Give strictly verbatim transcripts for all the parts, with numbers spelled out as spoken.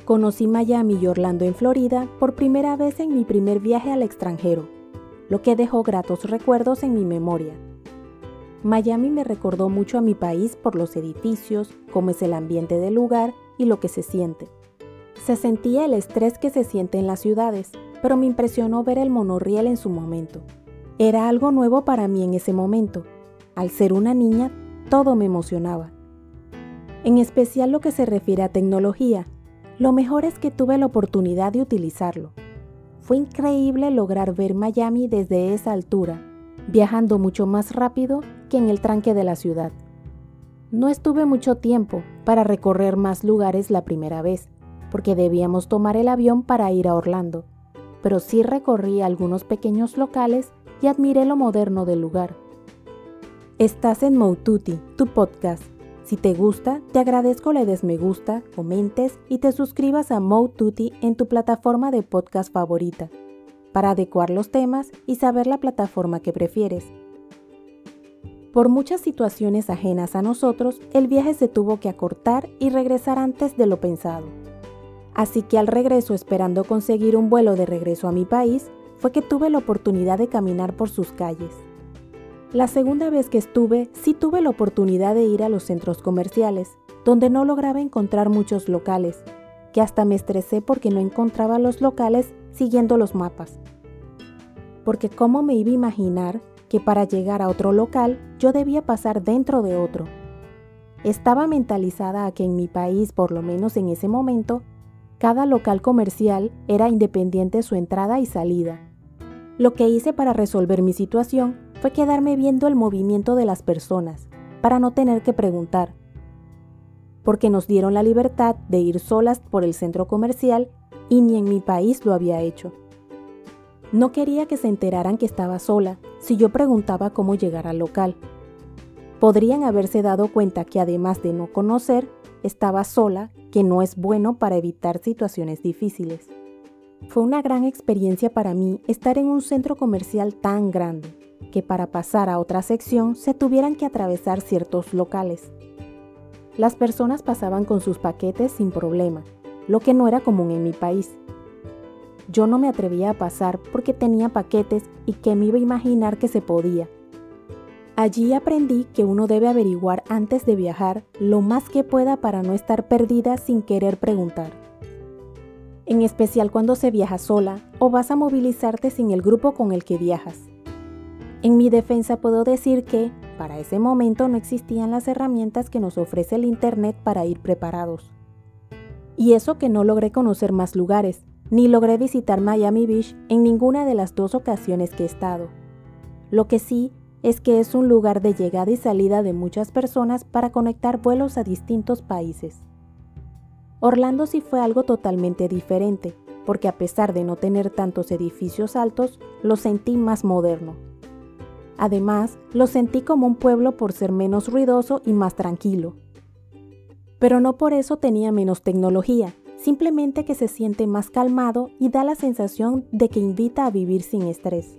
Conocí Miami y Orlando en Florida por primera vez en mi primer viaje al extranjero, lo que dejó gratos recuerdos en mi memoria. Miami me recordó mucho a mi país por los edificios, cómo es el ambiente del lugar y lo que se siente. Se sentía el estrés que se siente en las ciudades, pero me impresionó ver el monorriel en su momento. Era algo nuevo para mí en ese momento. Al ser una niña, todo me emocionaba. En especial lo que se refiere a tecnología. Lo mejor es que tuve la oportunidad de utilizarlo. Fue increíble lograr ver Miami desde esa altura, viajando mucho más rápido que en el tranque de la ciudad. No estuve mucho tiempo para recorrer más lugares la primera vez, porque debíamos tomar el avión para ir a Orlando, pero sí recorrí algunos pequeños locales y admiré lo moderno del lugar. Estás en Moututi, tu podcast. Si te gusta, te agradezco le des me gusta, comentes y te suscribas a Moututi en tu plataforma de podcast favorita, para adecuar los temas y saber la plataforma que prefieres. Por muchas situaciones ajenas a nosotros, el viaje se tuvo que acortar y regresar antes de lo pensado. Así que al regreso, esperando conseguir un vuelo de regreso a mi país, fue que tuve la oportunidad de caminar por sus calles. La segunda vez que estuve, sí tuve la oportunidad de ir a los centros comerciales, donde no lograba encontrar muchos locales, que hasta me estresé porque no encontraba los locales siguiendo los mapas. Porque ¿cómo me iba a imaginar que para llegar a otro local yo debía pasar dentro de otro? Estaba mentalizada a que en mi país, por lo menos en ese momento, cada local comercial era independiente su entrada y salida. Lo que hice para resolver mi situación fue quedarme viendo el movimiento de las personas, para no tener que preguntar. Porque nos dieron la libertad de ir solas por el centro comercial y ni en mi país lo había hecho. No quería que se enteraran que estaba sola si yo preguntaba cómo llegar al local. Podrían haberse dado cuenta que además de no conocer, estaba sola, que no es bueno para evitar situaciones difíciles. Fue una gran experiencia para mí estar en un centro comercial tan grande, que para pasar a otra sección se tuvieran que atravesar ciertos locales. Las personas pasaban con sus paquetes sin problema, lo que no era común en mi país. Yo no me atrevía a pasar porque tenía paquetes y que me iba a imaginar que se podía. Allí aprendí que uno debe averiguar antes de viajar lo más que pueda para no estar perdida sin querer preguntar. En especial cuando se viaja sola o vas a movilizarte sin el grupo con el que viajas. En mi defensa puedo decir que, para ese momento no existían las herramientas que nos ofrece el Internet para ir preparados. Y eso que no logré conocer más lugares, ni logré visitar Miami Beach en ninguna de las dos ocasiones que he estado. Lo que sí es que es un lugar de llegada y salida de muchas personas para conectar vuelos a distintos países. Orlando sí fue algo totalmente diferente, porque a pesar de no tener tantos edificios altos, lo sentí más moderno. Además, lo sentí como un pueblo por ser menos ruidoso y más tranquilo. Pero no por eso tenía menos tecnología, simplemente que se siente más calmado y da la sensación de que invita a vivir sin estrés.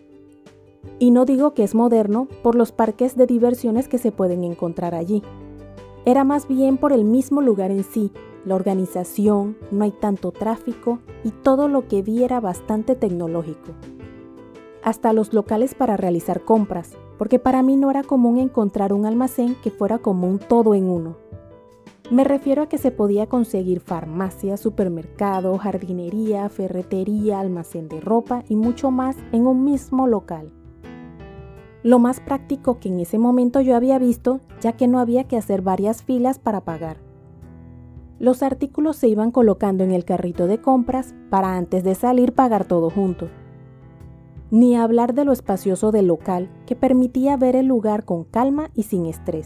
Y no digo que es moderno por los parques de diversiones que se pueden encontrar allí. Era más bien por el mismo lugar en sí, la organización, no hay tanto tráfico y todo lo que vi era bastante tecnológico. Hasta los locales para realizar compras, porque para mí no era común encontrar un almacén que fuera común todo en uno. Me refiero a que se podía conseguir farmacia, supermercado, jardinería, ferretería, almacén de ropa y mucho más en un mismo local. Lo más práctico que en ese momento yo había visto, ya que no había que hacer varias filas para pagar. Los artículos se iban colocando en el carrito de compras para antes de salir pagar todo junto. Ni hablar de lo espacioso del local que permitía ver el lugar con calma y sin estrés.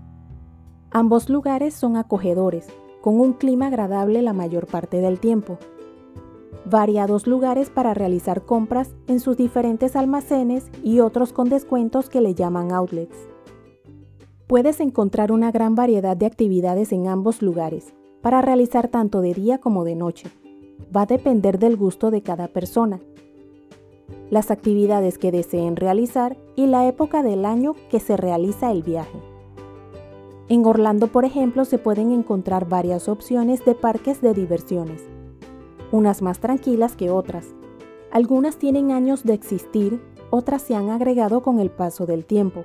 Ambos lugares son acogedores, con un clima agradable la mayor parte del tiempo. Variados lugares para realizar compras en sus diferentes almacenes y otros con descuentos que le llaman outlets. Puedes encontrar una gran variedad de actividades en ambos lugares, para realizar tanto de día como de noche. Va a depender del gusto de cada persona, las actividades que deseen realizar y la época del año que se realiza el viaje. En Orlando, por ejemplo, se pueden encontrar varias opciones de parques de diversiones, unas más tranquilas que otras. Algunas tienen años de existir, otras se han agregado con el paso del tiempo,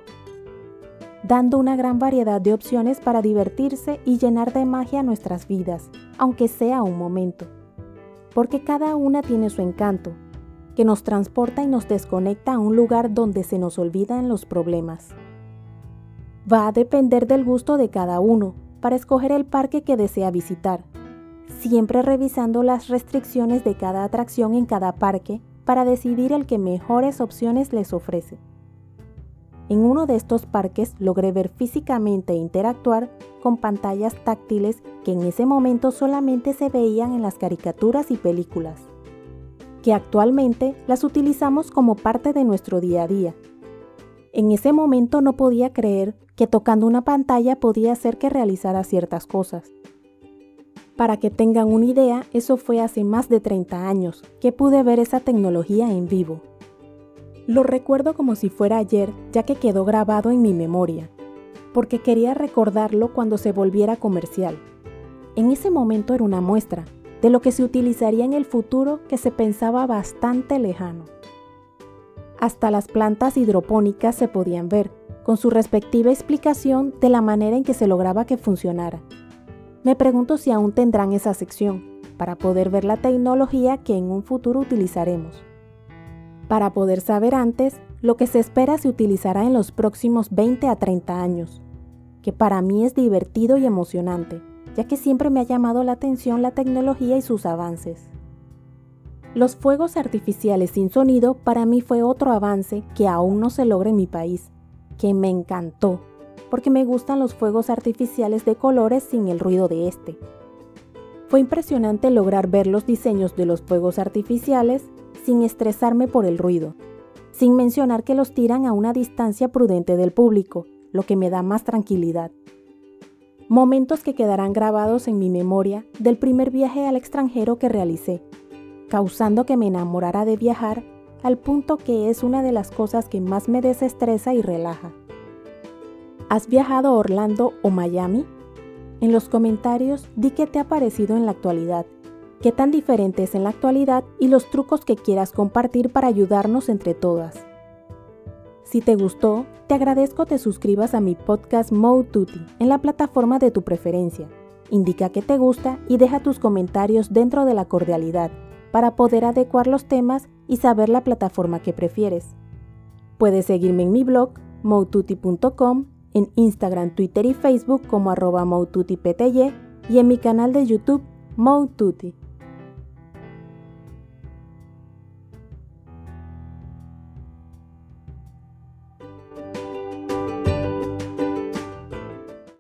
dando una gran variedad de opciones para divertirse y llenar de magia nuestras vidas, aunque sea un momento. Porque cada una tiene su encanto, que nos transporta y nos desconecta a un lugar donde se nos olvidan los problemas. Va a depender del gusto de cada uno para escoger el parque que desea visitar, siempre revisando las restricciones de cada atracción en cada parque para decidir el que mejores opciones les ofrece. En uno de estos parques logré ver físicamente e interactuar con pantallas táctiles que en ese momento solamente se veían en las caricaturas y películas, que actualmente las utilizamos como parte de nuestro día a día. En ese momento no podía creer que tocando una pantalla podía hacer que realizara ciertas cosas. Para que tengan una idea, eso fue hace más de treinta años que pude ver esa tecnología en vivo. Lo recuerdo como si fuera ayer, ya que quedó grabado en mi memoria, porque quería recordarlo cuando se volviera comercial. En ese momento era una muestra de lo que se utilizaría en el futuro que se pensaba bastante lejano. Hasta las plantas hidropónicas se podían ver, con su respectiva explicación de la manera en que se lograba que funcionara. Me pregunto si aún tendrán esa sección, para poder ver la tecnología que en un futuro utilizaremos. Para poder saber antes, lo que se espera se utilizará en los próximos veinte a treinta años, que para mí es divertido y emocionante, ya que siempre me ha llamado la atención la tecnología y sus avances. Los fuegos artificiales sin sonido para mí fue otro avance que aún no se logra en mi país, que me encantó, porque me gustan los fuegos artificiales de colores sin el ruido de este. Fue impresionante lograr ver los diseños de los fuegos artificiales sin estresarme por el ruido, sin mencionar que los tiran a una distancia prudente del público, lo que me da más tranquilidad. Momentos que quedarán grabados en mi memoria del primer viaje al extranjero que realicé, causando que me enamorara de viajar al punto que es una de las cosas que más me desestresa y relaja. ¿Has viajado a Orlando o Miami? En los comentarios di qué te ha parecido en la actualidad, qué tan diferente es en la actualidad y los trucos que quieras compartir para ayudarnos entre todas. Si te gustó, te agradezco te suscribas a mi podcast Mode Tutti en la plataforma de tu preferencia. Indica que te gusta y deja tus comentarios dentro de la cordialidad para poder adecuar los temas y saber la plataforma que prefieres. Puedes seguirme en mi blog mode tutti punto com, en Instagram, Twitter y Facebook como arroba modetuttipty y en mi canal de YouTube Mode Tutti.